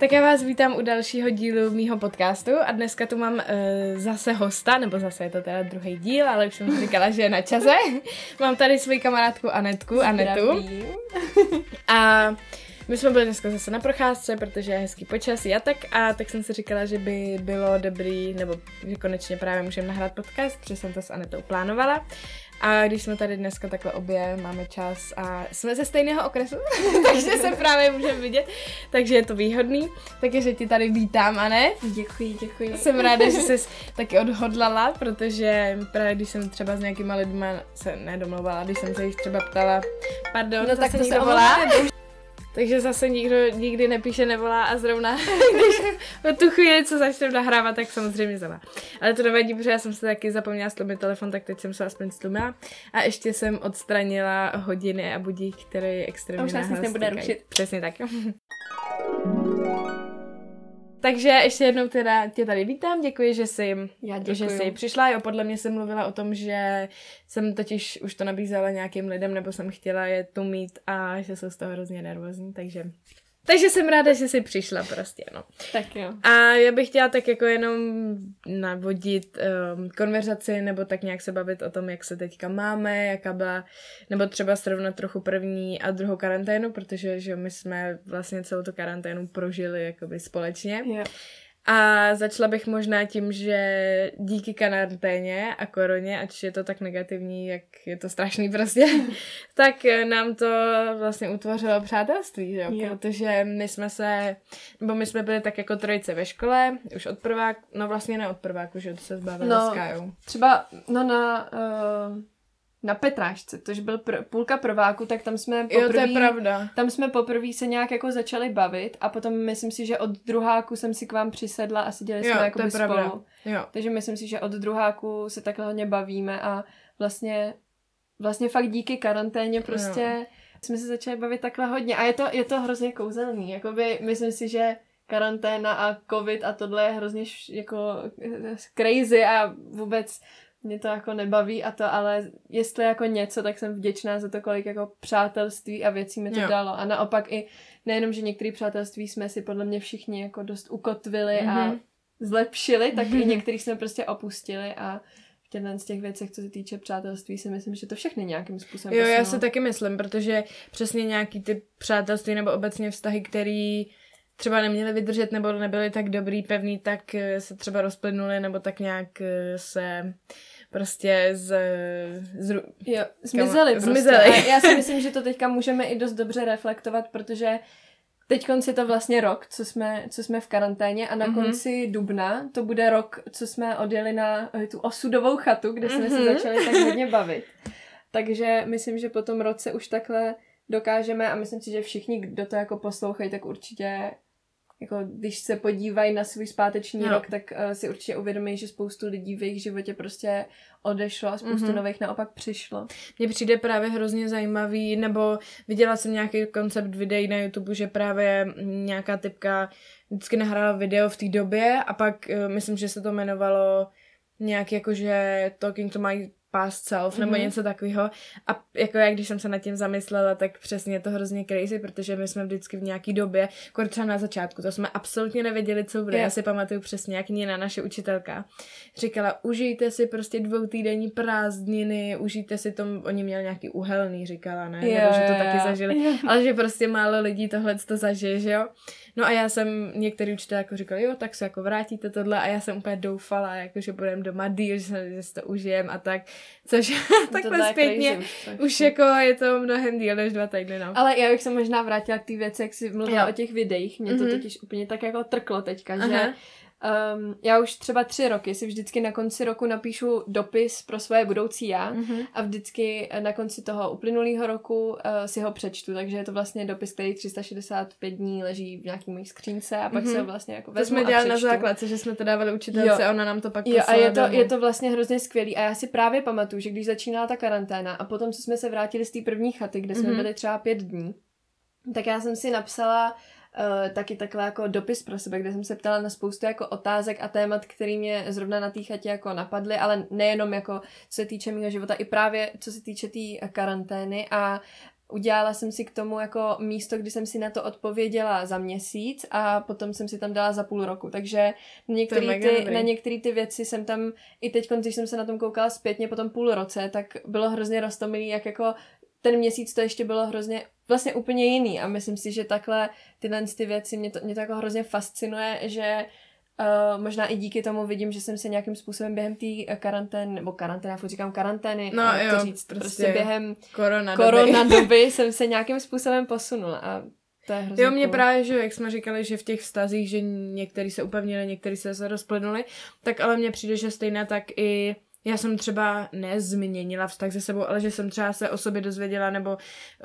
Tak já vás vítám u dalšího dílu mýho podcastu a dneska tu mám zase hosta, nebo zase je to teda druhý díl, ale už jsem si říkala, že je na čase. Mám tady svoji kamarádku Anetu. A my jsme byli dneska zase na procházce, protože je hezký počasí a tak jsem si říkala, že by bylo dobrý, nebo že konečně právě můžeme nahrát podcast, protože jsem to s Anetou plánovala. A když jsme tady dneska takhle obě, máme čas a jsme ze stejného okresu, takže se právě můžeme vidět, takže je to výhodný. Takže ti tady vítám, Ane. Děkuji. Jsem ráda, že jsi taky odhodlala, protože právě když jsem třeba s nějakýma lidma se nedomlouvala, když jsem se jich třeba ptala, pardon, no tak to někdo volá. Takže zase nikdo nikdy nepíše nevolá a zrovna, když o tu chvíli, co začneme nahrávat, tak samozřejmě zavolá. Ale to nevadí, protože já jsem se taky zapomněla stlumit telefon, tak teď jsem se aspoň stlumila. A ještě jsem odstranila hodiny a budík, který je extrémně nahlas. A už nás nebude rušit. Přesně tak. Takže ještě jednou teda tě tady vítám, děkuji, že jsi přišla. Jo, podle mě jsem mluvila o tom, že jsem totiž už to nabízela nějakým lidem, nebo jsem chtěla je tu mít a že jsou z toho hrozně nervózní, takže jsem ráda, že jsi přišla prostě, no. Tak jo. A já bych chtěla tak jako jenom navodit konverzaci, nebo tak nějak se bavit o tom, jak se teďka máme, jaká byla, nebo třeba srovnat trochu první a druhou karanténu, protože že my jsme vlastně celou tu karanténu prožili jakoby společně. Yeah. A začala bych možná tím, že díky karanténě a koroně, ač je to tak negativní, jak je to strašný prostě, tak nám to vlastně utvořilo přátelství, že jo? Yeah. Protože my jsme byli tak jako trojice ve škole, už od prváku, no vlastně ne od prváku, že to se zbavili s Kájou. Třeba na Petrášce, tož byl půlka prváku, tak tam jsme poprvé... Jo, to je pravda. Tam jsme poprvé se nějak jako začali bavit a potom myslím si, že od druháku jsem si k vám přisedla a seděli jsme jakoby spolu. Jo. Takže myslím si, že od druháku se takhle hodně bavíme a vlastně fakt díky karanténě prostě jsme se začali bavit takhle hodně a je to hrozně kouzelný. Jakoby myslím si, že karanténa a covid a tohle je hrozně jako crazy a vůbec mě to jako nebaví a to, ale jestli jako něco, tak jsem vděčná za to, kolik jako přátelství a věcí mi to dalo. A naopak i nejenom, že některé přátelství jsme si podle mě všichni jako dost ukotvili a zlepšili, tak i některých jsme prostě opustili a v těchto z těch věcech, co se týče přátelství, si myslím, že to všechny nějakým způsobem posunulo. Já si taky myslím, protože přesně nějaký ty přátelství nebo obecně vztahy, který třeba neměli vydržet nebo nebyli tak dobrý, pevný, tak se třeba rozplynuly nebo tak nějak se prostě zmizeli. A já si myslím, že to teďka můžeme i dost dobře reflektovat, protože teďkon je to vlastně rok, co jsme v karanténě a na konci dubna to bude rok, co jsme odjeli na tu osudovou chatu, kde jsme se začali tak hodně bavit. Takže myslím, že po tom roce už takhle dokážeme a myslím si, že všichni, kdo to jako poslouchají, tak určitě jako když se podívají na svůj zpáteční rok, tak si určitě uvědomí, že spoustu lidí v jejich životě prostě odešlo a spoustu nových naopak přišlo. Mně přijde právě hrozně zajímavý, nebo viděla jsem nějaký koncept videí na YouTube, že právě nějaká typka vždycky nahrála video v té době a pak myslím, že se to jmenovalo nějak jakože Talking to my past self, nebo něco takového. A jako jak když jsem se nad tím zamyslela, tak přesně je to hrozně crazy, protože my jsme vždycky v nějaký době, jako třeba na začátku, to jsme absolutně nevěděli, co bude. Já si pamatuju přesně, jak Nina, naše učitelka, říkala, užijte si prostě 2týdenní prázdniny, užijte si tom, oni měli nějaký uhelný, říkala, ne? Nebo že to taky zažili. Ale že prostě málo lidí tohle to zažije, že jo? No a já jsem, některý učitel jako říkal, jo, tak se jako vrátíte tohle a já jsem úplně doufala, jako že budeme doma díl, že si to užijem a tak, což takhle zpětně už jako je to mnohem díl než 2 týdny, no. Ale já bych se možná vrátila k té věci, jak jsi mluvila o těch videích, mě to totiž úplně tak jako trklo teďka, že já už třeba 3 roky si vždycky na konci roku napíšu dopis pro svoje budoucí já a vždycky na konci toho uplynulého roku si ho přečtu, takže je to vlastně dopis, který 365 dní leží v nějaký mojí skřínce a pak se ho vlastně jako vezmu a jsme dělali na základce, že jsme to dávali učitelce a ona nám to pak poslala. A je to vlastně hrozně skvělý a já si právě pamatuju, že když začínala ta karanténa a potom, co jsme se vrátili z té první chaty, kde jsme byli třeba 5 dní, tak já jsem si napsala taky takhle jako dopis pro sebe, kde jsem se ptala na spoustu jako otázek a témat, které mě zrovna na té chatě jako napadly, ale nejenom jako co se týče mého života, i právě co se týče té karantény a udělala jsem si k tomu jako místo, kdy jsem si na to odpověděla za měsíc a potom jsem si tam dala za půl roku, takže na některé ty věci jsem tam i teď, když jsem se na tom koukala zpětně po tom půl roce, tak bylo hrozně roztomilý, jak jako ten měsíc to ještě bylo hrozně vlastně úplně jiný a myslím si, že takhle tyhle ty věci mě to jako hrozně fascinuje, že možná i díky tomu vidím, že jsem se nějakým způsobem během té karantény, no jo, prostě během korona doby jsem se nějakým způsobem posunula a to je hrozně mě právě, že jak jsme říkali, že v těch vztazích, že některý se upevnili, některý se rozplynuli, tak ale mně přijde, že stejně tak i já jsem třeba nezměnila vztah se sebou, ale že jsem třeba se o sobě dozvěděla nebo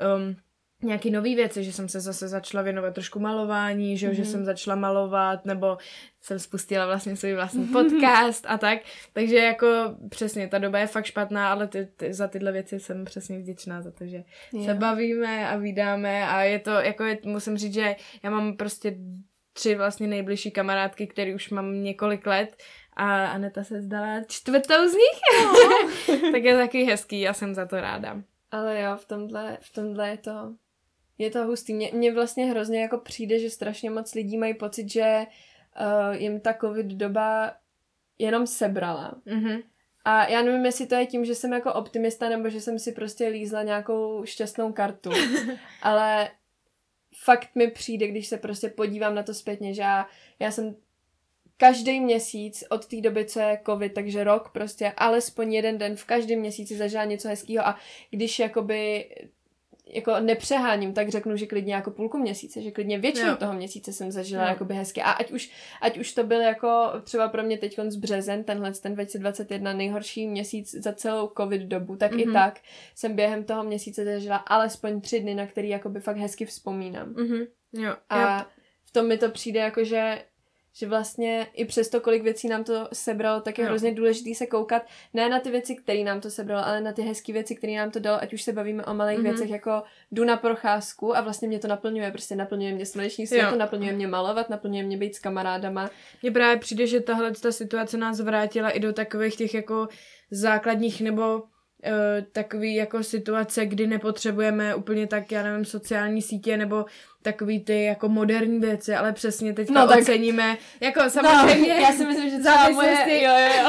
nějaký nový věci, že jsem se zase začala věnovat trošku malování, že jsem začala malovat, nebo jsem spustila vlastně svůj vlastní podcast a tak. Takže jako přesně, ta doba je fakt špatná, ale za tyhle věci jsem přesně vděčná za to, že se bavíme a vídáme a je to, jako musím říct, že já mám prostě 3 vlastně nejbližší kamarádky, které už mám několik let a Aneta se zdala 4. z nich. Tak je taky hezký, já jsem za to ráda. Ale jo, v tomhle je to hustý. Mně vlastně hrozně jako přijde, že strašně moc lidí mají pocit, že jim ta covid doba jenom sebrala. Mm-hmm. A já nevím, jestli to je tím, že jsem jako optimista, nebo že jsem si prostě lízla nějakou šťastnou kartu. Ale fakt mi přijde, když se prostě podívám na to zpětně, že já jsem každý měsíc od té doby, co je covid, takže rok prostě alespoň jeden den v každém měsíci zažila něco hezkýho a když jakoby jako nepřeháním, tak řeknu, že klidně jako půlku měsíce, že klidně většinu toho měsíce jsem zažila jakoby hezky. A ať už to byl jako třeba pro mě teďkon z březen, ten 2021 nejhorší měsíc za celou covid dobu, tak i tak jsem během toho měsíce zažila alespoň 3 dny, na který jakoby fakt hezky vzpomínám. Jo. A v tom mi to přijde jako, že vlastně i přesto, kolik věcí nám to sebralo, tak je hrozně důležitý se koukat ne na ty věci, které nám to sebralo, ale na ty hezké věci, které nám to dalo, ať už se bavíme o malých věcech, jako jdu na procházku a vlastně mě to naplňuje, prostě naplňuje mě sluneční světlo, naplňuje mě malovat, naplňuje mě být s kamarádama. Mně právě přijde, že tahle situace nás vrátila i do takových těch jako základních nebo takový jako situace, kdy nepotřebujeme úplně tak, já nevím, sociální sítě nebo takový ty jako moderní věci, ale přesně teďka oceníme, jako samozřejmě já si myslím, že třeba moje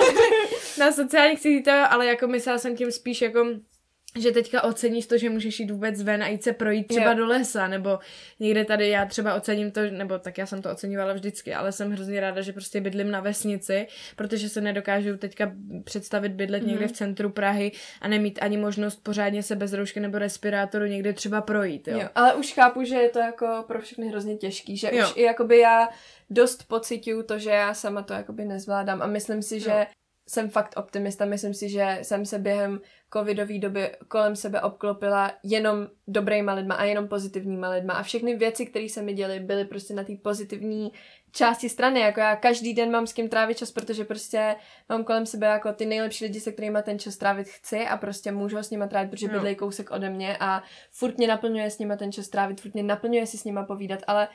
na sociálních sítích, ale jako myslela jsem tím spíš jako že teďka oceníš to, že můžeš jít vůbec ven a jít se projít třeba do lesa, nebo někde tady já třeba ocením to, nebo tak já jsem to oceňovala vždycky, ale jsem hrozně ráda, že prostě bydlím na vesnici, protože se nedokážu teďka představit bydlet někde v centru Prahy a nemít ani možnost pořádně se bez roušky nebo respirátoru někde třeba projít, jo. Ale už chápu, že je to jako pro všechny hrozně těžký, že už i jakoby já dost pociťuju to, že já sama to jakoby nezvládám a myslím si, že jsem fakt optimista, myslím si, že jsem se během covidové doby kolem sebe obklopila jenom dobrýma lidma a jenom pozitivníma lidma a všechny věci, které se mi děly, byly prostě na té pozitivní části strany, jako já každý den mám s kým trávit čas, protože prostě mám kolem sebe jako ty nejlepší lidi, se kterými ten čas trávit chci a prostě můžu ho s nima trávit, protože bydlej kousek ode mě a furt mě naplňuje s nima ten čas trávit, furt mě naplňuje si s nima povídat, ale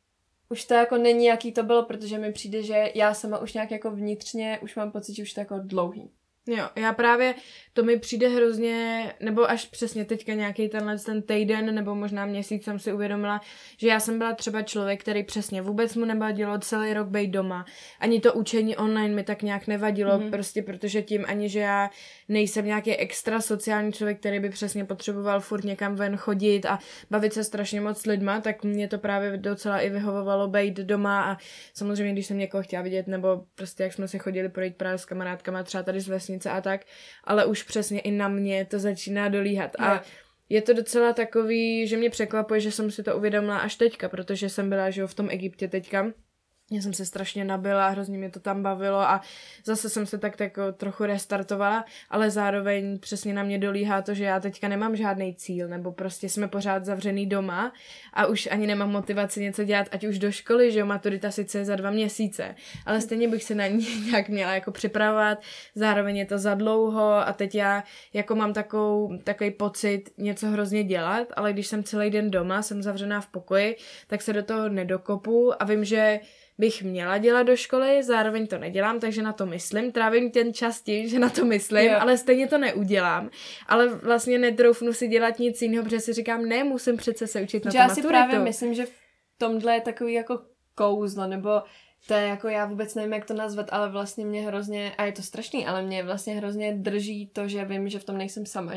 už to jako není, jaký to bylo, protože mi přijde, že já sama už nějak jako vnitřně už mám pocit, že už to jako dlouhý. Jo, já právě, to mi přijde hrozně, nebo až přesně teďka nějaký ten týden, nebo možná měsíc jsem si uvědomila, že já jsem byla třeba člověk, který přesně vůbec mu nevadilo celý rok být doma. Ani to učení online mi tak nějak nevadilo, prostě protože tím ani, že já nejsem nějaký extra sociální člověk, který by přesně potřeboval furt někam ven chodit a bavit se strašně moc s lidma, tak mě to právě docela i vyhovovalo být doma a samozřejmě, když jsem někoho chtěla vidět, nebo prostě jak jsme si chodili projít právě s kamarádkama třeba tady z vesnice a tak, ale už přesně i na mě to začíná dolíhat. A je to docela takový, že mě překvapuje, že jsem si to uvědomila až teďka, protože jsem byla, že jo, v tom Egyptě teďka. Já jsem se strašně nabila, hrozně mě to tam bavilo a zase jsem se tak trochu restartovala, ale zároveň přesně na mě dolíhá to, že já teďka nemám žádný cíl, nebo prostě jsme pořád zavřený doma a už ani nemám motivaci něco dělat, ať už do školy, že jo, maturita sice je za 2 měsíce, ale stejně bych se na ní nějak měla jako připravovat, zároveň je to za dlouho a teď já jako mám takový pocit něco hrozně dělat, ale když jsem celý den doma, jsem zavřená v pokoji, tak se do toho nedokopu a vím, že bych měla dělat do školy, zároveň to nedělám, takže na to myslím, trávím ten čas tím, že na to myslím, ale stejně to neudělám, ale vlastně netroufnu si dělat nic jiného, protože si říkám, ne, musím přece se učit na tu maturitu. Já si právě myslím, že v tomhle je takový jako kouzlo, nebo to je jako, já vůbec nevím, jak to nazvat, ale vlastně mě hrozně, a je to strašný, ale mě vlastně hrozně drží to, že vím, že v tom nejsem sama,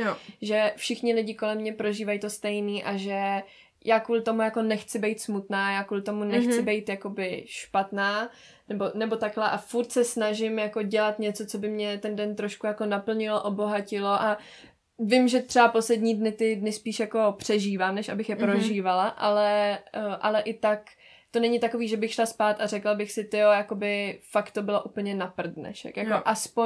že všichni lidi kolem mě prožívají to stejný a že já kvůli tomu jako nechci být smutná, já kvůli tomu nechci být jakoby špatná, nebo takhle a furt se snažím jako dělat něco, co by mě ten den trošku jako naplnilo, obohatilo a vím, že třeba poslední ty dny spíš jako přežívám, než abych je prožívala, ale i tak to není takový, že bych šla spát a řekla bych si, tyjo, jakoby fakt to bylo úplně na prd dnešek. Jako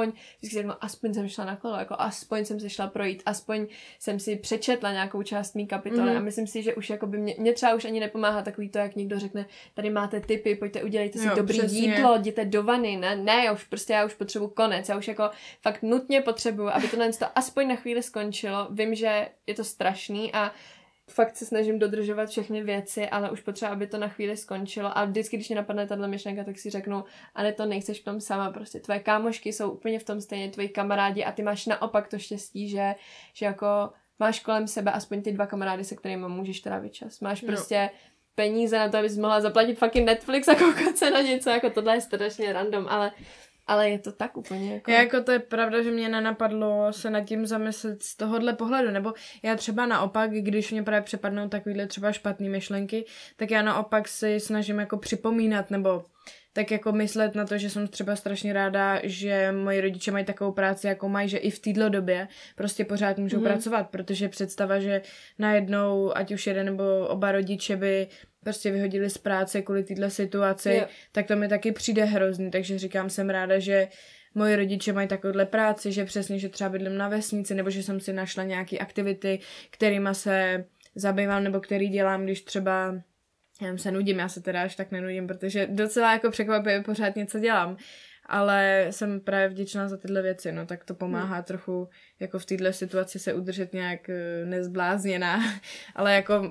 aspoň jsem šla na kolo, jako aspoň jsem se šla projít, aspoň jsem si přečetla nějakou část mý kapitoly a myslím si, že už jakoby mě třeba už ani nepomáhá takový to, jak někdo řekne, tady máte tipy, pojďte udělejte si dobrý jídlo, jděte do vany, ne, já už potřebuji konec, já už jako fakt nutně potřebuju, aby to aspoň na chvíli skončilo. Vím, že je to strašný a fakt se snažím dodržovat všechny věci, ale už potřeba, aby to na chvíli skončilo a vždycky, když mě napadne tato myšlenka, tak si řeknu, ale to nejseš v tom sama, prostě tvoje kámošky jsou úplně v tom stejně, tvoji kamarádi a ty máš naopak to štěstí, že jako máš kolem sebe aspoň ty 2 kamarády, se kterými můžeš trávit čas. Máš prostě peníze na to, abys mohla zaplatit fucking Netflix a koukat se na něco, jako tohle je strašně random, ale je to tak úplně jako... Jako to je pravda, že mě nenapadlo se nad tím zamyslet z tohohle pohledu, nebo já třeba naopak, když mě právě přepadnou takovýhle třeba špatný myšlenky, tak já naopak si snažím jako připomínat, nebo tak jako myslet na to, že jsem třeba strašně ráda, že moji rodiče mají takovou práci, jako mají, že i v této době prostě pořád můžou pracovat, protože představa, že najednou, ať už jeden nebo oba rodiče by prostě vyhodili z práce kvůli této situaci, tak to mi taky přijde hrozný, takže říkám, jsem ráda, že moji rodiče mají takovouhle práci, že přesně, že třeba bydlím na vesnici, nebo že jsem si našla nějaké aktivity, kterýma se zabývám, nebo který dělám, když třeba já se nudím, já se teda až tak nenudím, protože docela jako překvapivě pořád něco dělám, ale jsem právě vděčná za tyhle věci, no tak to pomáhá trochu jako v této situaci se udržet nějak nezblázněná, ale jako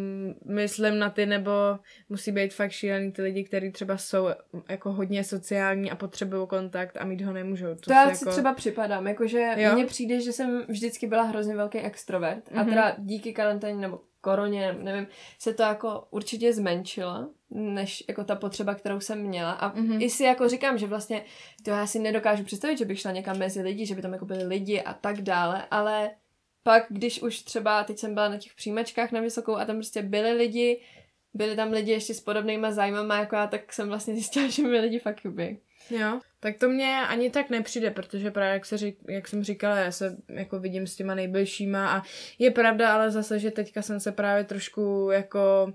myslím na ty, nebo musí být fakt šílený ty lidi, kteří třeba jsou jako hodně sociální a potřebují kontakt a mít ho nemůžou. To já si jako... třeba připadám, jakože mně přijde, že jsem vždycky byla hrozně velký extrovert a teda díky karanténě nebo koroně, nevím, se to jako určitě zmenšilo, než jako ta potřeba, kterou jsem měla. A i si jako říkám, že vlastně to já si nedokážu představit, že bych šla někam mezi lidi, že by tam jako byli lidi a tak dále, ale pak, když už třeba, teď jsem byla na těch přijímačkách na vysokou a tam prostě byli tam lidi ještě s podobnýma zájmama jako já, tak jsem vlastně zjistila, že mi lidi fakt chybí. Jo, tak to mě ani tak nepřijde, protože právě jak jsem říkala, já se jako vidím s těma nejbližšíma a je pravda, ale zase, že teďka jsem se právě trošku jako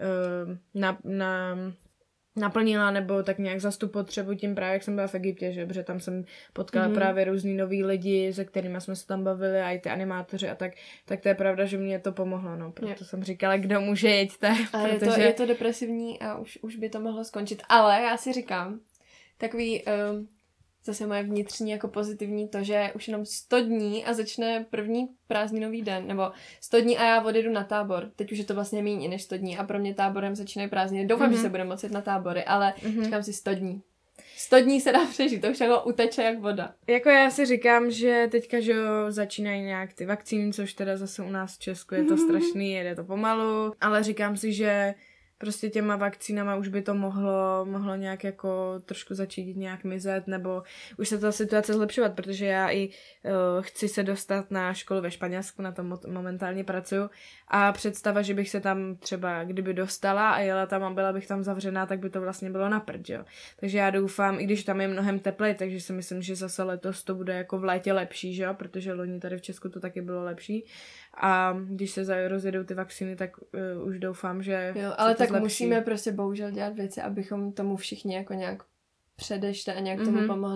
naplnila nebo tak nějak zas tu potřebu tím právě, jak jsem byla v Egyptě, že? Protože tam jsem potkala právě různý nový lidi, se kterými jsme se tam bavili a i ty animátoři a tak to je pravda, že mě to pomohlo, no, proto jsem říkala, kdo může jeďte. Ale protože... je to depresivní a už by to mohlo skončit, ale já si říkám, takový zase moje vnitřní jako pozitivní to, že už jenom 100 dní a začne první prázdninový den, nebo 100 dní a já odjedu na tábor. Teď už je to vlastně méně než 100 dní a pro mě táborem začínají prázdniny. Doufám, že se budeme moct jít na tábory, ale říkám si 100 dní. 100 dní se dá přežít, to už jako uteče jak voda. Jako já si říkám, že teďka, že začínají nějak ty vakcíny, což teda zase u nás v Česku je to strašný, jede to pomalu, ale říkám si, že prostě těma vakcínama už by to mohlo nějak jako trošku začít nějak mizet, nebo už se ta situace zlepšovat, protože já i chci se dostat na školu ve Španělsku, na tom momentálně pracuju a představa, že bych se tam třeba kdyby dostala a jela tam a byla bych tam zavřená, tak by to vlastně bylo na prd, jo. Takže já doufám, i když tam je mnohem teplej, takže si myslím, že zase letos to bude jako v létě lepší, že jo, protože loni tady v Česku to taky bylo lepší a když se rozjedou ty vakcíny, tak už doufám, že jo, ale tak zlepší. Musíme prostě bohužel dělat věci, abychom tomu všichni jako nějak předešli a nějak tomu pomohli.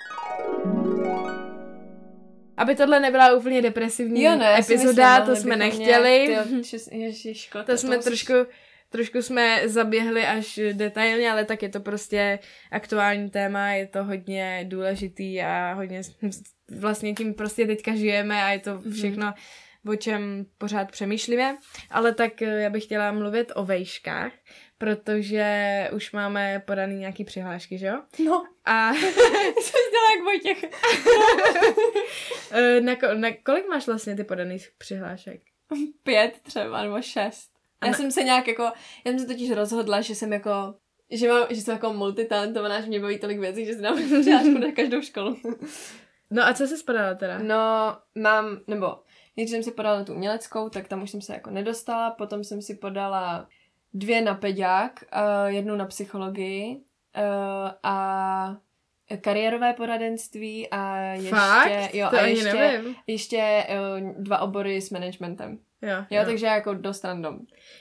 Aby tohle nebyla úplně depresivní epizoda, to jsme nechtěli. To jsme trošku jsme zaběhli až detailně, ale tak je to prostě aktuální téma, je to hodně důležitý a hodně vlastně tím prostě teďka žijeme a je to všechno, o čem pořád přemýšlíme. Ale tak já bych chtěla mluvit o vejškách, protože už máme podaný nějaký přihlášky, že jo? No. A Jsi dělala jak Vojtěch. na kolik máš vlastně ty podaných přihlášek? 5 třeba, nebo 6. Já jsem se nějak jako, já jsem se totiž rozhodla, že jsem jako, že jsem jako multitalentovaná, že mě baví tolik věcí, že si dám přihlášku na každou školu. No a co jsi podala teda? No, než jsem si podala na tu uměleckou, tak tam už jsem se jako nedostala, potom jsem si podala 2 na peďák, 1 na psychologii a kariérové poradenství a ještě, Fakt? jo, to a ještě 2 obory s managementem. Jo, takže jako dost random.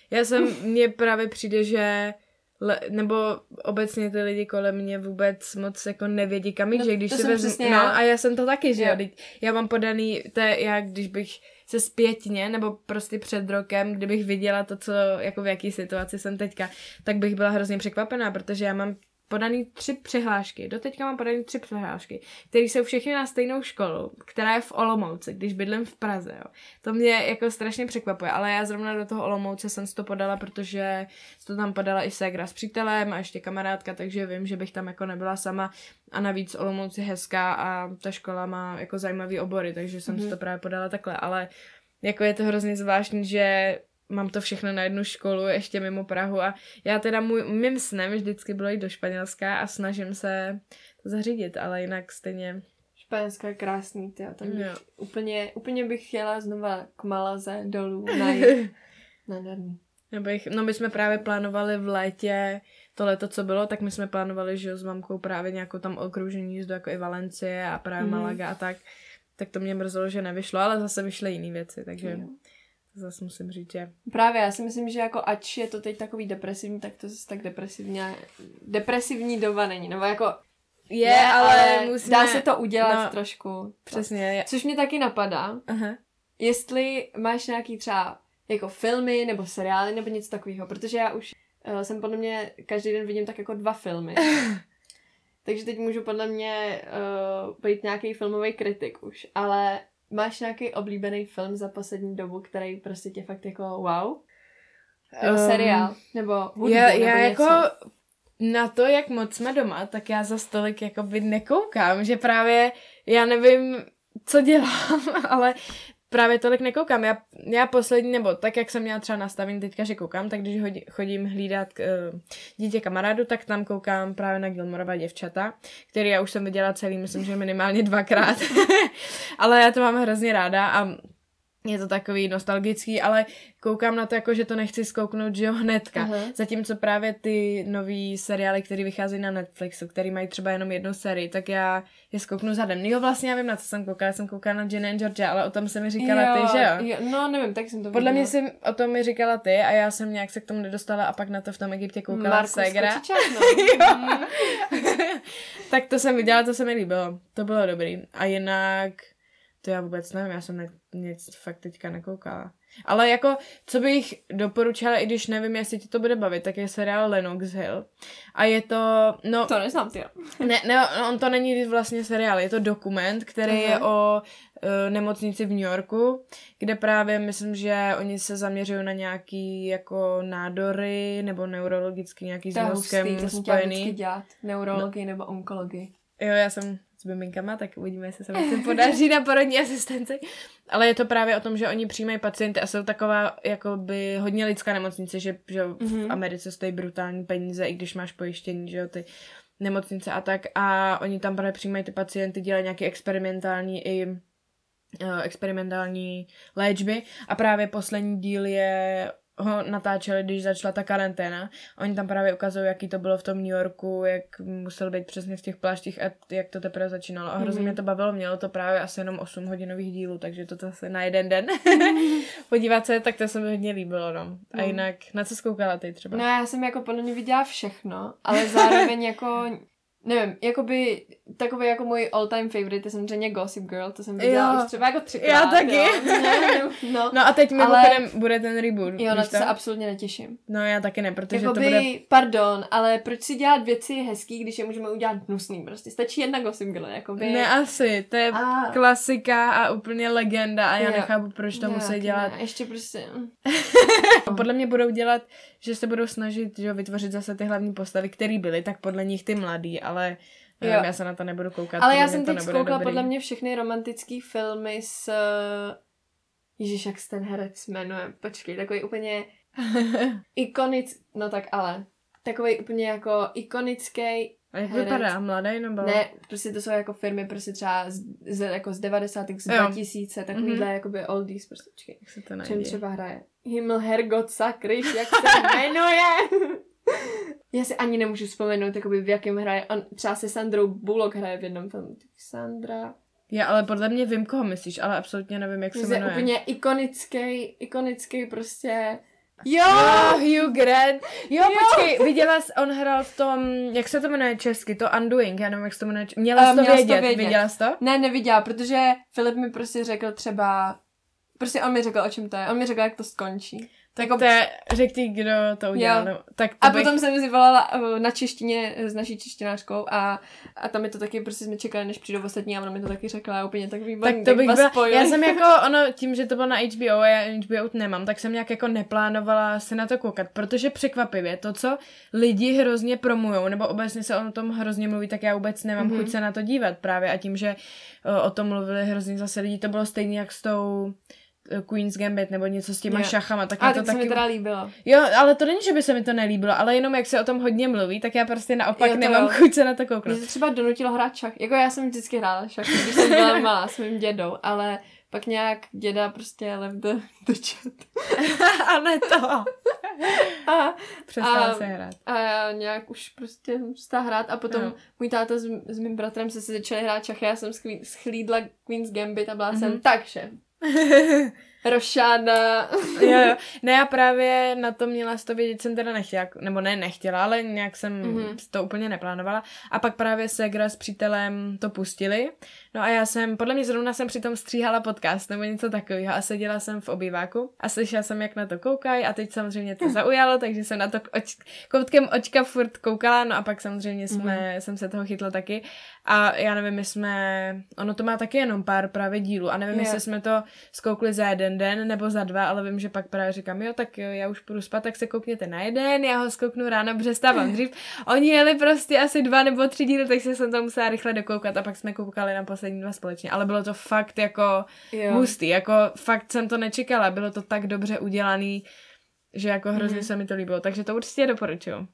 Mně právě přijde, že nebo obecně ty lidi kolem mě vůbec moc jako nevědí kam jít, že když si vezmu, a já jsem to taky, že jo, já mám podaný, to je jak když bych se zpětně, nebo prostě před rokem, kdybych viděla to, co, jako v jaký situaci jsem teďka, tak bych byla hrozně překvapená, protože já mám podaný 3 přihlášky. Doteďka mám podaný 3 přihlášky, které jsou všechny na stejnou školu, která je v Olomouci, když bydlím v Praze, jo. To mě jako strašně překvapuje, ale já zrovna do toho Olomouce jsem si to podala, protože to tam podala i ségra s přítelem a ještě kamarádka, takže vím, že bych tam jako nebyla sama a navíc Olomouc je hezká a ta škola má jako zajímavý obory, takže jsem si to právě podala takhle, ale jako je to hrozně zvláštní, že mám to všechno na jednu školu, ještě mimo Prahu a já teda mým snem vždycky bylo jít do Španělska a snažím se to zařídit, ale jinak stejně. Španělsko je krásný, tyjo, tam jo. Úplně bych chtěla znova k Malaze dolů na jih. Nádherný. My jsme právě plánovali v létě to léto, co bylo, tak my jsme plánovali, že s mamkou právě nějakou tam okružení jízdu, jako i Valencie a právě Malaga a tak to mě mrzelo, že nevyšlo, ale zase vyšly jiné věci, takže zase musím říct, že... Právě, já si myslím, že jako ač je to teď takový depresivní, tak to zase tak depresivní doba není, nebo jako... ale musíme... Dá se to udělat trošku. Přesně. Což mě taky napadá, jestli máš nějaký třeba jako filmy nebo seriály nebo něco takového, protože já už jsem podle mě každý den vidím tak jako 2 filmy. Takže teď můžu podle mě být nějaký filmový kritik už, ale máš nějaký oblíbený film za poslední dobu, který prostě tě fakt jako wow? Nebo seriál? Nebo hudbu? Já nebo jako něco? Na to, jak moc jsme doma, tak já za stolik jakoby nekoukám, že právě já nevím, co dělám, ale právě tolik nekoukám. Já poslední, nebo tak, jak jsem měla třeba nastavení teďka, že koukám, tak když chodím hlídat dítě kamarádu, tak tam koukám právě na Gilmorova děvčata, který já už jsem viděla celý, myslím, že minimálně 2krát. Ale já to mám hrozně ráda a je to takový nostalgický, ale koukám na to jako, že to nechci zkouknout, že jo, hnedka. Zatímco právě ty nový seriály, které vycházejí na Netflixu, který mají třeba jenom 1 sérii, tak já je zkouknu zadem. Jo, vlastně já vím, na co jsem koukala na Ginny and Georgia, ale o tom se mi říkala ty, že jo? No, nevím, tak jsem to Podle mě si o tom mi říkala ty a já jsem nějak se k tomu nedostala a pak na to v tom Egyptě koukala ségra. Tak to jsem viděla, to se mi líbilo. To bylo dobrý. A jinak... To já vůbec nevím, já jsem nic fakt teďka nekoukala. Ale jako, co bych doporučila, i když nevím, jestli ti to bude bavit, tak je seriál Lenox Hill. A je to, no... To neznám, ty. Ne, on to není vlastně seriál, je to dokument, který je o nemocnici v New Yorku, kde právě myslím, že oni se zaměřují na nějaký jako nádory nebo neurologicky nějaký s mozkem spojený. Dělat neurologii nebo onkologii. Jo, já jsem s miminkama, tak uvidíme, jestli se mi podaří na porodní asistenci. Ale je to právě o tom, že oni přijímají pacienty a jsou taková jakoby hodně lidská nemocnice, že v Americe stojí brutální peníze, i když máš pojištění, že jo, ty nemocnice a tak. A oni tam právě přijímají ty pacienty, dělají nějaké experimentální léčby a právě poslední díl ho natáčeli, když začala ta karanténa. Oni tam právě ukazují, jaký to bylo v tom New Yorku, jak musel být přesně v těch pláštích a jak to teprve začínalo. A hrozně mě to bavilo, mělo to právě asi jenom 8 hodinových dílů, takže to zase na jeden den podívat se, tak to se mi hodně líbilo, no. A jinak, na co zkoukala ty třeba? No já jsem jako podle mě viděla všechno, ale zároveň jako nevím, jakoby takový jako můj all-time favorite je samozřejmě Gossip Girl, to jsem viděla už třeba jako 3krát. Já taky. No a teď mimochodem bude ten reboot. Jo, na to se absolutně netěším. No já taky ne, protože jakoby, to bude... Pardon, ale proč si dělat věci hezký, když je můžeme udělat hnusný, prostě stačí jedna Gossip Girl, jakoby... Ne asi, to je klasika a úplně legenda a já nechápu, proč to musí dělat. Ne, ještě prostě... Podle mě budou dělat, že se budou snažit, že vytvořit zase ty hlavní postavy, které byly, tak podle nich ty mladý, ale nevím, já se na to nebudu koukat. Ale já jsem teď zkoukla podle mě všechny romantický filmy s... Ježiš, jak se ten herec jmenuje, počkej, takový úplně no tak ale, takový úplně jako ikonický a jak herec. Vypadá? Mladý nebo? Ne, prostě to jsou jako firmy prostě třeba jako z 90. z 2000, takovýhle jakoby oldies, prostě počkej. Jak se to najde? Čem třeba hraje? Himmel, Herrgott, Sakryš, jak se jmenuje? Já si ani nemůžu vzpomenout, jakoby v jakém hraje. On třeba se Sandrou Bullock hraje v jednom filmu. Sandra... Já ale podle mě vím, koho myslíš, ale absolutně nevím, jak se jmenuje. Je úplně ikonický prostě... Jo! Hugh Grant. Jo, počkej, viděla jsi, on hrál v tom, jak se to jmenuje česky, to Undoing, já nevím, jak se to jmenuje. Měla jsi to vědět, viděla jsi to? Ne, neviděla, protože Filip mi prostě řekl třeba, prostě on mi řekl, o čem to je, on mi řekl, jak to skončí. Tak jako... řek ti, kdo to udělal. No, tak to a potom jsem si volala na češtině s naší češtinářkou a tam mi to taky, prostě jsme čekali, než přijdou ostatní a ona mi to taky řekla úplně tak výborně. Tak to bych byla, já jsem jako, tím, že to bylo na HBO a já HBO nemám, tak jsem nějak jako neplánovala se na to koukat, protože překvapivě to, co lidi hrozně promujou, nebo obecně se o tom hrozně mluví, tak já vůbec nemám chuť se na to dívat právě a tím, že o tom mluvili hrozně zase lidi, to bylo stejně jak s tou Queen's Gambit nebo něco s těma šachama. Tak ale to taky... se mi teda líbilo. Jo, ale to není, že by se mi to nelíbilo, ale jenom jak se o tom hodně mluví, tak já prostě naopak nemám chuť se na to kouknout. Mě to třeba donutilo hrát šach. Jako já jsem vždycky hrála šach, když jsem byla malá s mým dědou, ale pak nějak děda prostě left the chat. A ne to. Přestala se hrát. A já nějak už prostě přestala hrát a potom můj táta s mým bratrem se začali hrát šachy, já jsem schlídla Queen's Gambit a byla jsem takže. Rošána. Jo. Ne, já právě na to měla z to vědět, jsem teda nechtěla, nebo ne nechtěla, ale nějak jsem to úplně neplánovala. A pak právě ségra s přítelem to pustili. No a já jsem, podle mě zrovna jsem přitom stříhala podcast nebo něco takového a seděla jsem v obýváku a slyšela jsem, jak na to koukají a teď samozřejmě to zaujalo, takže jsem na to koutkem očka furt koukala, no a pak samozřejmě jsem se toho chytla taky a já nevím, ono to má taky jenom pár právě dílů a nevím, jestli jsme to zkoukli za jeden den nebo za 2, ale vím, že pak právě říkám, jo, tak já už půjdu spát, tak se koukněte na jeden, já ho zkouknu ráno, protože stávám dřív. Oni jeli prostě asi 2 nebo 3 díly, takže jsem to musela rychle dokoukat a pak jsme koukali na poslední 2 společně, ale bylo to fakt jako hustý, jako fakt jsem to nečekala, bylo to tak dobře udělaný, že jako hrozně se mi to líbilo, takže to určitě doporučuju.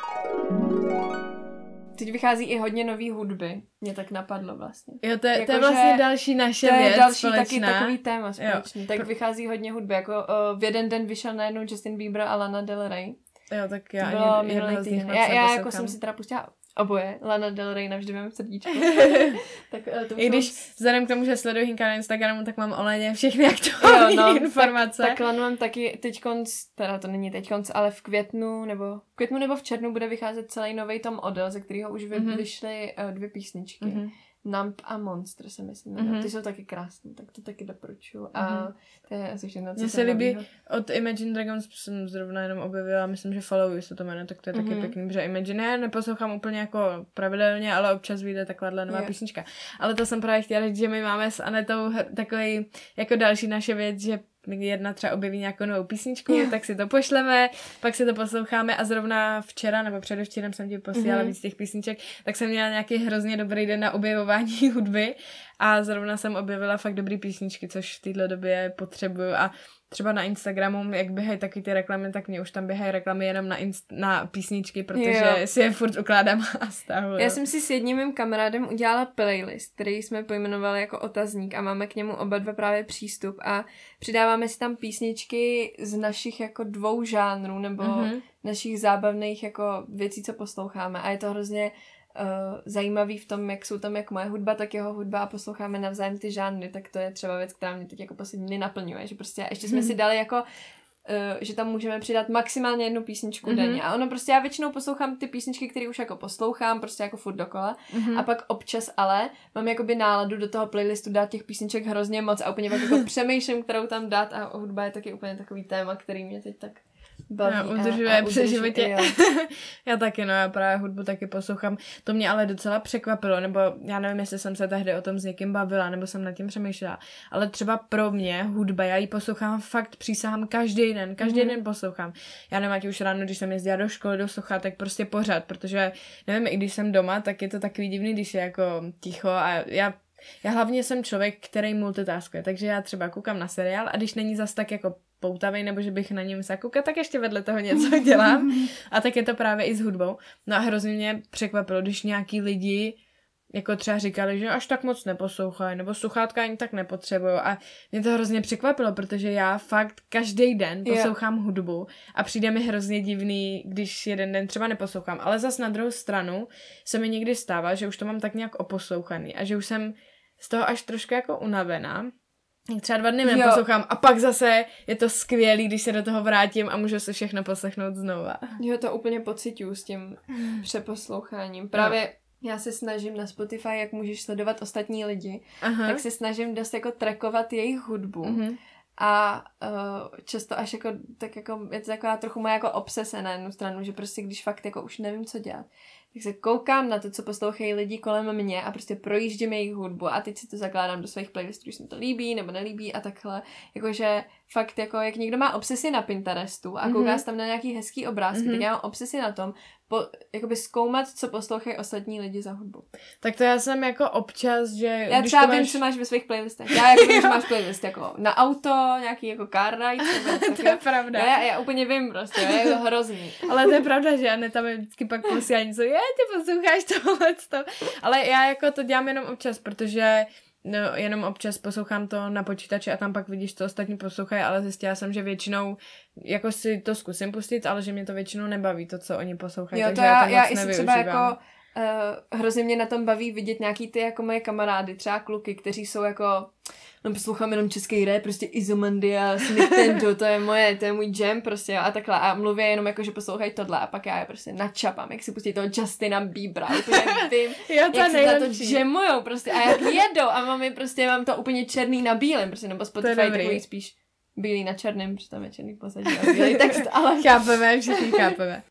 Teď vychází i hodně nový hudby. Mě tak napadlo vlastně. Jo, to je vlastně další naše věc. To je další společná. taky takový téma společný. Tak vychází hodně hudby. Jako v jeden den vyšel najednou Justin Bieber a Lana Del Rey. Jo, tak já ani minulý týden. Já jako jsem si teda pustila oboje. Lana Del Rey navždy mém srdíčku. Tak, i když vzhledem k tomu, že sleduji Hinka na Instagramu, tak mám o Laně všechny aktuální informace. Tak Lanu mám taky teďkonc, teda to není teďkonc, ale v květnu nebo v červnu bude vycházet celý nový Tom Odell, ze kterého už vyšly 2 písničky. Nump a Monster se myslím. Ty jsou taky krásné, tak to taky doporučuju. A to je asi všechno, co mně se líbí, od Imagine Dragons jsem zrovna jenom objevila, myslím, že Follow You se to jmenuje, tak to je taky pěkný, protože Imagine já neposlouchám úplně jako pravidelně, ale občas vyjde takováhle nová písnička. Ale to jsem právě chtěla říct, že my máme s Anetou takový jako další naše věc, že jedna třeba objeví nějakou novou písničku, tak si to pošleme, pak si to posloucháme a zrovna včera nebo předevčírem jsem ti posílala víc těch písniček, tak jsem měla nějaký hrozně dobrý den na objevování hudby a zrovna jsem objevila fakt dobrý písničky, což v této době potřebuju a třeba na Instagramu, jak běhají taky ty reklamy, tak mě už tam běhají reklamy jenom na písničky, protože si je furt ukládám a stahuju. Já jsem si s jedním mým kamarádem udělala playlist, který jsme pojmenovali jako otazník a máme k němu oba dva právě přístup a přidáváme si tam písničky z našich jako 2 žánrů nebo našich zábavných jako věcí, co posloucháme a je to hrozně zajímavý v tom, jak jsou tam jak moje hudba, tak jeho hudba a posloucháme navzájem ty žánry, tak to je třeba věc, která mě teď jako poslední dny naplňuje, že prostě ještě jsme si dali jako že tam můžeme přidat maximálně jednu písničku denně. A ono prostě já většinou poslouchám ty písničky, které už jako poslouchám, prostě jako furt dokola. A pak občas ale mám jakoby náladu do toho playlistu dát těch písniček hrozně moc a úplně pak jako přemýšlím, kterou tam dát a hudba je taky úplně takový téma, který mě teď tak baví. Já udržuje při životě. Já taky, no, já právě hudbu taky poslouchám. To mě ale docela překvapilo, nebo já nevím, jestli jsem se tehdy o tom s někým bavila, nebo jsem nad tím přemýšlela, ale třeba pro mě hudba, já ji poslouchám fakt, přísahám každý den poslouchám. Já nevím, ať už ráno, když jsem jezdila do školy, do sluchátek, prostě pořád, protože nevím, i když jsem doma, tak je to takový divný, když je jako ticho a já hlavně jsem člověk, který multitaskuje, takže já třeba koukám na seriál a když není zas tak jako poutavej, nebo že bych na něm musela koukat, tak ještě vedle toho něco dělám. A tak je to právě i s hudbou. No a hrozně mě překvapilo, když nějaký lidi jako třeba říkali, že až tak moc neposlouchají, nebo sluchátka ani tak nepotřebují. A mě to hrozně překvapilo, protože já fakt každý den poslouchám hudbu a přijde mi hrozně divný, když jeden den třeba neposlouchám. Ale zas na druhou stranu se mi někdy stává, že už to mám tak nějak oposlouchaný a že už jsem z toho až trošku jako unavená. Třeba 2 dny neposlouchám a pak zase je to skvělý, když se do toho vrátím a můžu si všechno poslechnout znova. Jo, to úplně pociťuju s tím přeposloucháním. Právě já se snažím na Spotify, jak můžeš sledovat ostatní lidi, tak se snažím dost jako trackovat jejich hudbu. A často až jako, tak jako, je to taková trochu moje jako obsese na jednu stranu, že prostě když fakt jako už nevím, co dělat, tak se koukám na to, co poslouchají lidi kolem mě a prostě projíždím jejich hudbu a teď si to zakládám do svých playlistů, když se mi to líbí nebo nelíbí a takhle. Jakože fakt jako, jak někdo má obsesi na Pinterestu a kouká se tam na nějaký hezký obrázky, tak já mám obsesi na tom, jakoby zkoumat, co poslouchají ostatní lidi za hudbu. Tak to já jsem jako občas, že... Já třeba vím, co máš ve svých playlistech. Já jako vím, že máš playlist jako na auto, nějaký jako car ride. To je pravda. Já úplně vím prostě, je to hrozný. Ale to je pravda, že Aneta mi vždycky pak posílá něco, ty posloucháš tohleto. Ale já jako to dělám jenom občas, protože jenom občas poslouchám to na počítači a tam pak vidíš, co ostatní poslouchají, ale zjistila jsem, že většinou jako si to zkusím pustit, ale že mě to většinou nebaví, to, co oni poslouchají, takže já to moc nevyužívám. Třeba jako hrozně mě na tom baví vidět nějaký ty jako moje kamarády, třeba kluky, kteří jsou jako, no poslouchám jenom český rap, prostě Izomandia, Nintendo, to je můj jam prostě a takhle a mluví jenom jako, že poslouchají tohle a pak já je prostě načapám, jak si pustí toho Justina Biebera, úplně vím, jak si za to jamujou prostě a jak jedou a mám to úplně černý na bílém, prostě nebo Spotify takový spíš bílý na černém, protože tam je černý pozadí a bílý text, ale... Chápeme, všichni chápeme.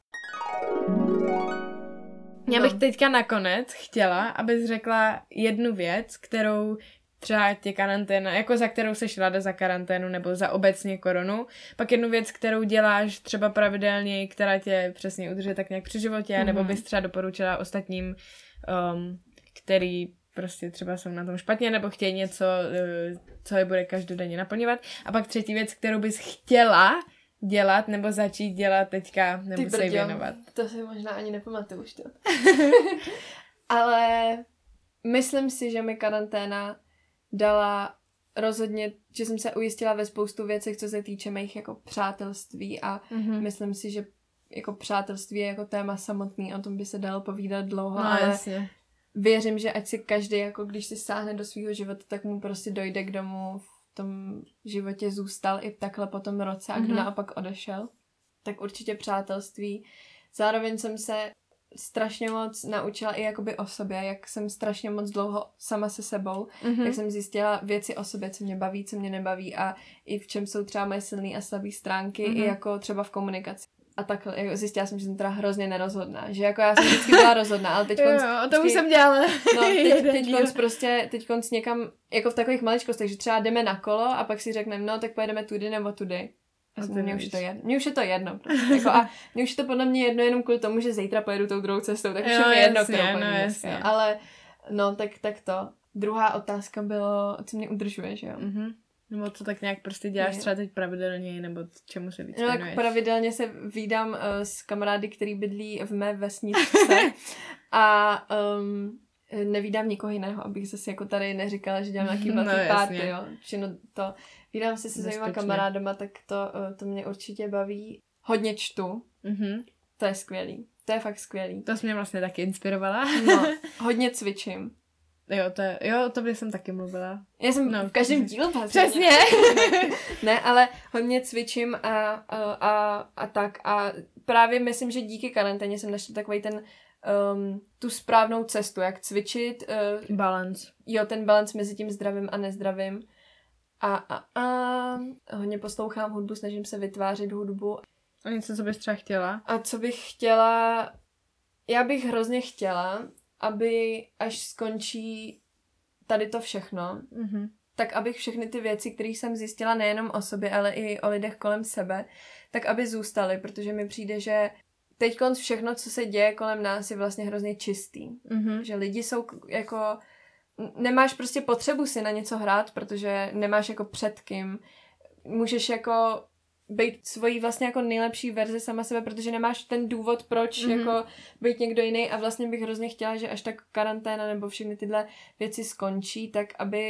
Já bych teďka nakonec chtěla, abys řekla jednu věc, kterou třeba tě karanténa, jako za kterou seš ráda za karanténu nebo za obecně koronu, pak jednu věc, kterou děláš třeba pravidelně, která tě přesně udrží tak nějak při životě, nebo bys třeba doporučila ostatním, který prostě třeba jsou na tom špatně, nebo chtějí něco, co je bude každodenně naplňovat. A pak třetí věc, kterou bys chtěla dělat, nebo začít dělat teďka, nebo se jí věnovat. To si možná ani nepamatuju už to. Ale myslím si, že mi karanténa dala rozhodně, že jsem se ujistila ve spoustu věcech, co se týče mých jako přátelství a myslím si, že jako přátelství je jako téma samotný, o tom by se dalo povídat dlouho, ale jasně. Věřím, že ať si každý, jako když si sáhne do svého života, tak mu prostě dojde k domu v tom životě zůstal i takhle po tom roce a kdo naopak odešel, tak určitě přátelství. Zároveň jsem se strašně moc naučila i jakoby o sobě, jak jsem strašně moc dlouho sama se sebou, tak jsem zjistila věci o sobě, co mě baví, co mě nebaví a i v čem jsou třeba moje silné a slabé stránky, i jako třeba v komunikaci. A takhle, jako zjistila jsem, že jsem teda hrozně nerozhodná, že jako já jsem vždycky byla rozhodná, ale teď to už jsem dělala. No, teď někam, jako v takových maličkostech, že třeba jdeme na kolo a pak si řekneme, no tak pojedeme tudy nebo tudy. Mně už je to jedno. Prostě. Jako, a mně už je to podle mě jedno jenom kvůli tomu, že zítra pojedu tou druhou cestou, tak už je mi jedno, kterou pojedu. Ale no, tak to. Druhá otázka bylo, co mě udržuje, že jo? Nebo co tak nějak prostě děláš třeba teď pravidelně, nebo čemu se víc věnuješ? No tak pravidelně se vídám s kamarády, který bydlí v mé vesničce a nevídám nikoho jiného, abych zase jako tady neříkala, že dělám nějaký velký party, jo. To vídám se zajímavá kamarádama, tak to mě určitě baví. Hodně čtu. To je skvělý. To je fakt skvělý. To jsi mě vlastně taky inspirovala. No, hodně cvičím. to by jsem taky mluvila. Já jsem v každém dílu Přesně. Ne, ale hodně cvičím a tak. A právě myslím, že díky karanténě jsem našla takový ten tu správnou cestu, jak cvičit. Balance. Jo, ten balance mezi tím zdravým a nezdravým. A hodně poslouchám hudbu, snažím se vytvářet hudbu. A něco, co bys třeba chtěla? A co bych chtěla? Já bych hrozně chtěla, aby až skončí tady to všechno, tak abych všechny ty věci, které jsem zjistila nejenom o sobě, ale i o lidech kolem sebe, tak aby zůstaly, protože mi přijde, že teďkonc všechno, co se děje kolem nás, je vlastně hrozně čistý. Že lidi jsou jako... Nemáš prostě potřebu si na něco hrát, protože nemáš jako před kým. Můžeš jako být svojí vlastně jako nejlepší verze sama sebe, protože nemáš ten důvod, proč jako být někdo jiný a vlastně bych hrozně chtěla, že až tak karanténa nebo všechny tyhle věci skončí, tak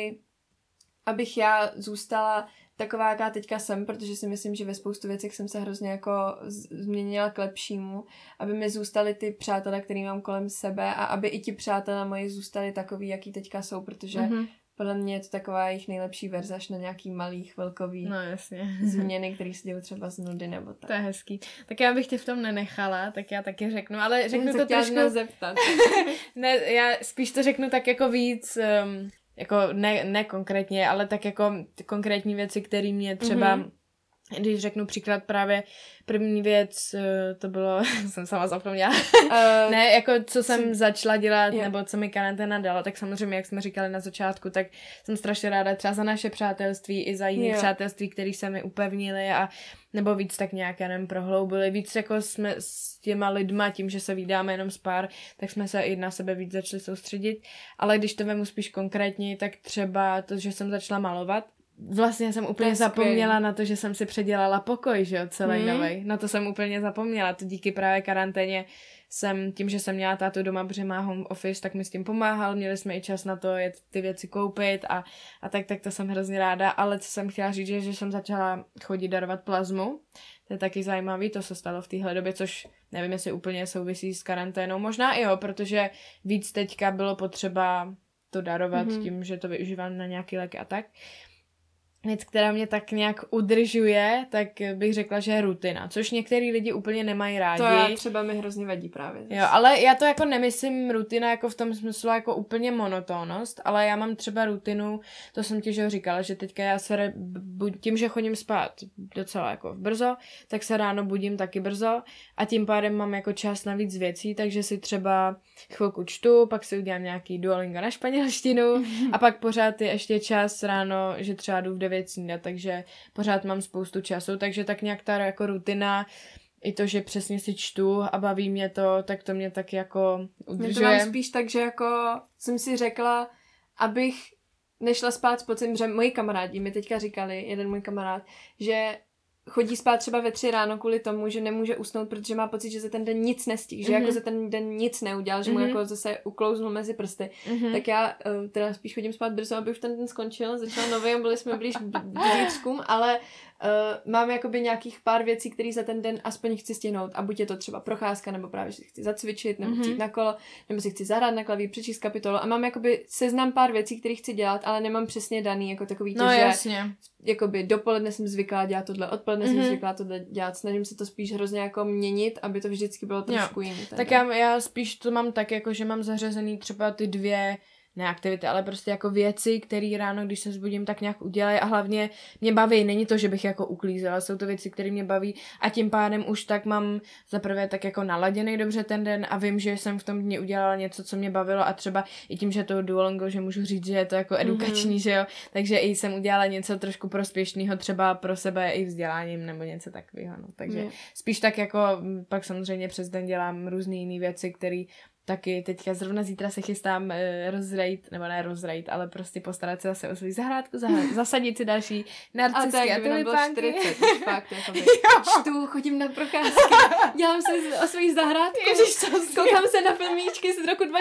abych já zůstala taková, jaká teďka jsem, protože si myslím, že ve spoustu věcech jsem se hrozně jako změnila k lepšímu, aby mi zůstali ty přátelé, který mám kolem sebe a aby i ti přátelé moji zůstali takový, jaký teďka jsou, protože podle mě je to taková jejich nejlepší verze až na nějaký malý, chvilkový změny, které se dějí třeba z nudy nebo tak. To je hezký. Tak já bych tě v tom nenechala, tak já taky řeknu, ale řeknu to trošku... zeptat. Ne, já spíš to řeknu tak jako víc... jako ne konkrétně, ale tak jako konkrétní věci, které mě třeba, když řeknu příklad právě první věc, to bylo, jsem sama zapomněla, ne, jako co jsem začala dělat, nebo co mi karanténa dala, tak samozřejmě, jak jsme říkali na začátku, tak jsem strašně ráda třeba za naše přátelství i za jiné přátelství, které se mi upevnily a nebo víc tak nějak, já nevím, prohloubili. Víc jako jsme s těma lidma, tím, že se vídáme jenom s pár, tak jsme se i na sebe víc začali soustředit. Ale když to vemu spíš konkrétně, tak třeba to, že jsem začala malovat. Vlastně jsem úplně zapomněla na to, že jsem si předělala pokoj, že jo, celý novej. Na to jsem úplně zapomněla. To díky právě karanténě jsem, tím, že jsem měla tátu doma, protože má home office, tak mi s tím pomáhal, měli jsme i čas na to jet ty věci koupit a tak to jsem hrozně ráda, ale co jsem chtěla říct, že jsem začala chodit darovat plazmu, to je taky zajímavý, to se stalo v téhle době, což nevím, jestli úplně souvisí s karanténou, možná i jo, protože víc teďka bylo potřeba to darovat tím, že to využívám na nějaký léky a tak. Věc, která mě tak nějak udržuje, tak bych řekla, že je rutina, což některý lidi úplně nemají rádi. To já třeba mi hrozně vadí právě. Jo, ale já to jako nemyslím rutina jako v tom smyslu jako úplně monotónnost, ale já mám třeba rutinu, to jsem ti že říkala, že teďka já se tím, že chodím spát docela jako brzo, tak se ráno budím taky brzo a tím pádem mám jako čas na víc věcí, takže si třeba chvilku čtu, pak si udělám nějaký Duolingo na španělštinu a pak pořád je ještě čas ráno, že třeba jdu v 9 snídat, takže pořád mám spoustu času, takže tak nějak ta jako rutina, i to, že přesně si čtu a baví mě to, tak to mě tak jako udržuje. Mě to mám spíš tak, že jako jsem si řekla, abych nešla spát s pocitem, že moji kamarádi mi teďka říkali, jeden můj kamarád, že chodí spát třeba ve 3 ráno kvůli tomu, že nemůže usnout, protože má pocit, že za ten den nic nestihl, že jako za ten den nic neudělal, že mu jako zase uklouznul mezi prsty. Tak já teda spíš chodím spát brzo, aby už ten den skončil, začal nový, byli jsme blíž k zítřkům, ale mám jakoby nějakých pár věcí, které za ten den aspoň chci stihnout a buď je to třeba procházka, nebo právě, že si chci zacvičit, nebo chci jít na kolo, nebo si chci zahrát na klavír, přečíst kapitolu a mám jakoby seznam pár věcí, které chci dělat, ale nemám přesně daný jako takový to, že jakoby dopoledne jsem zvyklá dělat tohle, odpoledne jsem zvyklá tohle dělat, snažím se to spíš hrozně jako měnit, aby to vždycky bylo trošku jiné. Tak já spíš to mám tak, jako že mám zařazený třeba ty 2 ne aktivity, ale prostě jako věci, které ráno, když se zbudím, tak nějak udělají a hlavně mě baví. Není to, že bych jako uklízela, jsou to věci, které mě baví a tím pádem už tak mám zaprvé tak jako naladěný dobře ten den a vím, že jsem v tom dni udělala něco, co mě bavilo a třeba i tím, že to Duolingo, že můžu říct, že je to jako edukační, že jo, takže i jsem udělala něco trošku prospěšného třeba pro sebe i vzděláním nebo něco takového, no. Takže spíš tak jako pak samozřejmě přes den dělám různé jiné věci, které taky teďka zrovna zítra se chystám rozrejt, nebo ne rozrejt, ale prostě postarat se zase o svou zahrádku, zasadit si další narcisky a tulipánky. Fakt, čtu, chodím na procházky, dělám si o svých zahrádku, koukám se na filmíčky z roku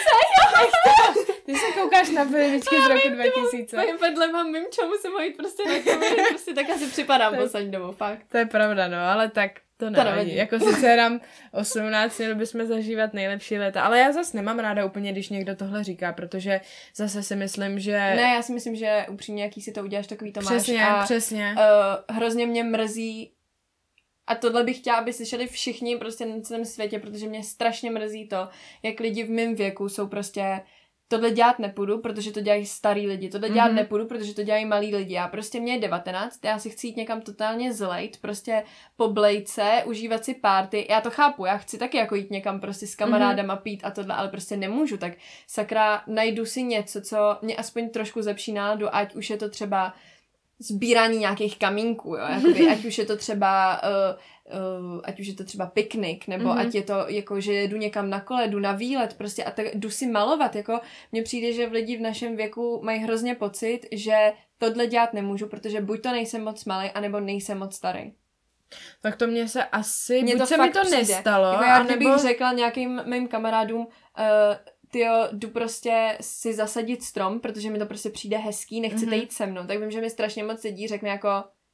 2000. Ty se koukáš na filmíčky z roku 2000. Vedle mám mimčo, musím ho jít prostě na to, prostě tak asi připadám poslední dobou, fakt. To je pravda, no, ale tak To nevadí. Jako sice nám 18, měli bychom zažívat nejlepší léta, ale já zase nemám ráda úplně, když někdo tohle říká, protože zase si myslím, že... Ne, já si myslím, že upřímně, jaký si to uděláš, takový to přesně, máš. A přesně. Hrozně mě mrzí, a tohle bych chtěla, aby slyšeli všichni prostě na celém světě, protože mě strašně mrzí to, jak lidi v mém věku jsou prostě... Tohle dělat nepůjdu, protože to dělají starý lidi. Tohle dělat nepůjdu, protože to dělají malí lidi. Já prostě mě je 19, já si chci jít někam totálně zlejt, prostě po blejce, užívat si party. Já to chápu, já chci taky jako jít někam prostě s kamarádama pít a tohle, ale prostě nemůžu. Tak sakra, najdu si něco, co mě aspoň trošku zlepší náladu, ať už je to třeba sbírání nějakých kamínků, jo, jakoby, ať už je to třeba piknik, nebo ať je to jako, že jedu někam na kole, jdu na výlet, prostě a tak jdu si malovat, jako mně přijde, že lidi v našem věku mají hrozně pocit, že tohle dělat nemůžu, protože buď to nejsem moc malej, anebo nejsem moc starý. Tak to mně se asi, buď se mi to nestalo, jako já kdybych řekla nějakým mým kamarádům, tyjo, jdu prostě si zasadit strom, protože mi to prostě přijde hezký, nechcete jít se mnou, tak vím, že mi strašně moc lidí řekne jako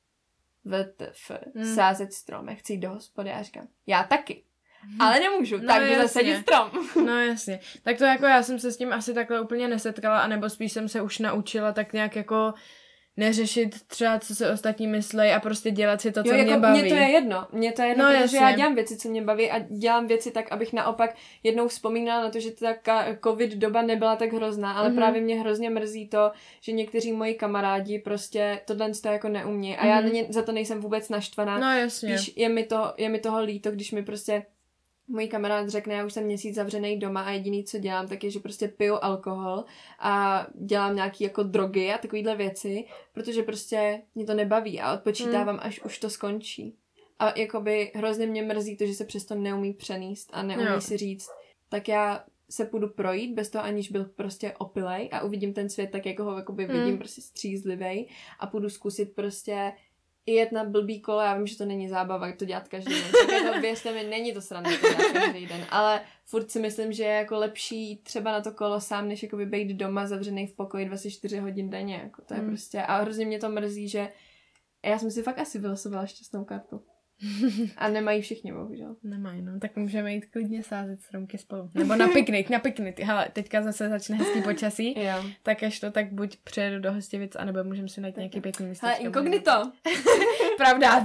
WTF, sázet strom, já chci jít do hospody a říkám, já taky, ale nemůžu, tak jdu zasadit strom. No jasně, tak to jako já jsem se s tím asi takhle úplně nesetkala, anebo spíš jsem se už naučila tak nějak jako neřešit třeba, co se ostatní myslej a prostě dělat si to, co mě baví. Mně to je jedno, protože jasně. Já dělám věci, co mě baví a dělám věci tak, abych naopak jednou vzpomínala na to, že ta covid doba nebyla tak hrozná, ale právě mě hrozně mrzí to, že někteří moji kamarádi prostě tohle jako neumí a já za to nejsem vůbec naštvaná. No jasně. Spíš je mi toho líto, když mi prostě můj kamarád řekne, já už jsem měsíc zavřenej doma a jediný, co dělám, tak je, že prostě piju alkohol a dělám nějaký jako drogy a takovýhle věci, protože prostě mě to nebaví a odpočítávám, až už to skončí. A jakoby hrozně mě mrzí to, že se přesto neumí přenést a neumí si říct, tak já se půjdu projít bez toho, aniž byl prostě opilej a uvidím ten svět tak, jako ho jakoby vidím prostě střízlivej a půjdu zkusit prostě i jet na blbý kole, já vím, že to není zábava, to dělat každý den. Tak jako věřte mi, není to sranda to dělat každý den, ale furt si myslím, že je jako lepší třeba na to kolo sám, než jakoby být doma zavřený v pokoji 24 hodin denně, jako to je prostě, a hrozně mě to mrzí, že já jsem si fakt asi vylosovala šťastnou kartu. A nemají všichni, bohužel. Nemají, no. Tak můžeme jít klidně sázet stromky spolu. Nebo na piknik. Hele, teďka zase začne hezký počasí. Jo. Tak až to, tak buď přijedu do Hostivic, anebo můžeme si najít nějaký pěkný místečko. Hele, inkognito. Pravda.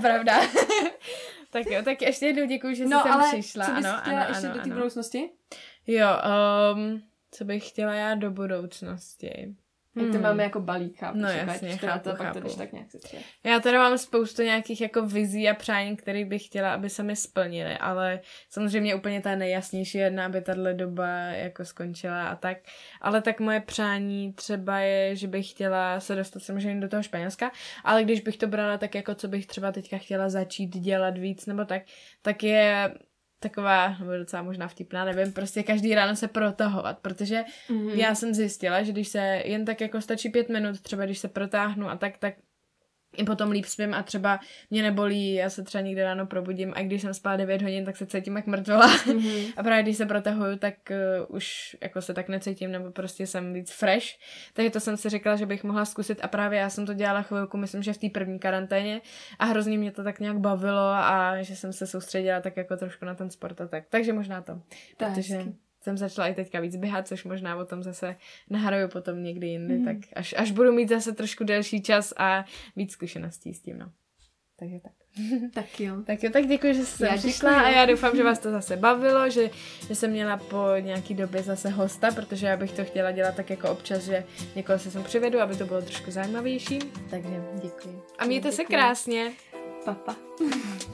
Tak jo, tak ještě jednou děkuji, že jsi sem přišla. Co bys chtěla ještě do té budoucnosti? Jo, co bych chtěla já do budoucnosti? Jak to máme jako balík, chápu. No jasně, chápu. Pak to když tak nějak se já teda mám spoustu nějakých jako vizí a přání, které bych chtěla, aby se mi splnily, ale samozřejmě úplně ta nejjasnější jedna, aby tahle doba jako skončila a tak. Ale tak moje přání třeba je, že bych chtěla se dostat samozřejmě do toho Španělska, ale když bych to brala tak jako, co bych třeba teďka chtěla začít dělat víc nebo tak je taková, nebo docela možná vtipná, nevím, prostě každý ráno se protahovat, protože já jsem zjistila, že když se jen tak jako stačí 5 minut, třeba když se protáhnu a tak i potom líp spím a třeba mě nebolí, já se třeba někde ráno probudím a když jsem spala 9 hodin, tak se cítím jak mrtvola. A právě když se protahuju, tak už jako se tak necítím, nebo prostě jsem víc fresh. Takže to jsem si řekla, že bych mohla zkusit a právě já jsem to dělala chvilku, myslím, že v té první karanténě a hrozně mě to tak nějak bavilo a že jsem se soustředila tak jako trošku na ten sport a tak. Takže možná to. Protože jsem začala i teďka víc běhat, což možná o tom zase nahraju potom někdy jindy, tak až budu mít zase trošku delší čas a víc zkušeností s tím, no. Takže tak. Tak děkuji, že jsi přišla a já doufám, že vás to zase bavilo, že jsem měla po nějaký době zase hosta, protože já bych to chtěla dělat tak jako občas, že někoho se sem přivedu, aby to bylo trošku zajímavější. Takže děkuji. A mějte se krásně. Papa.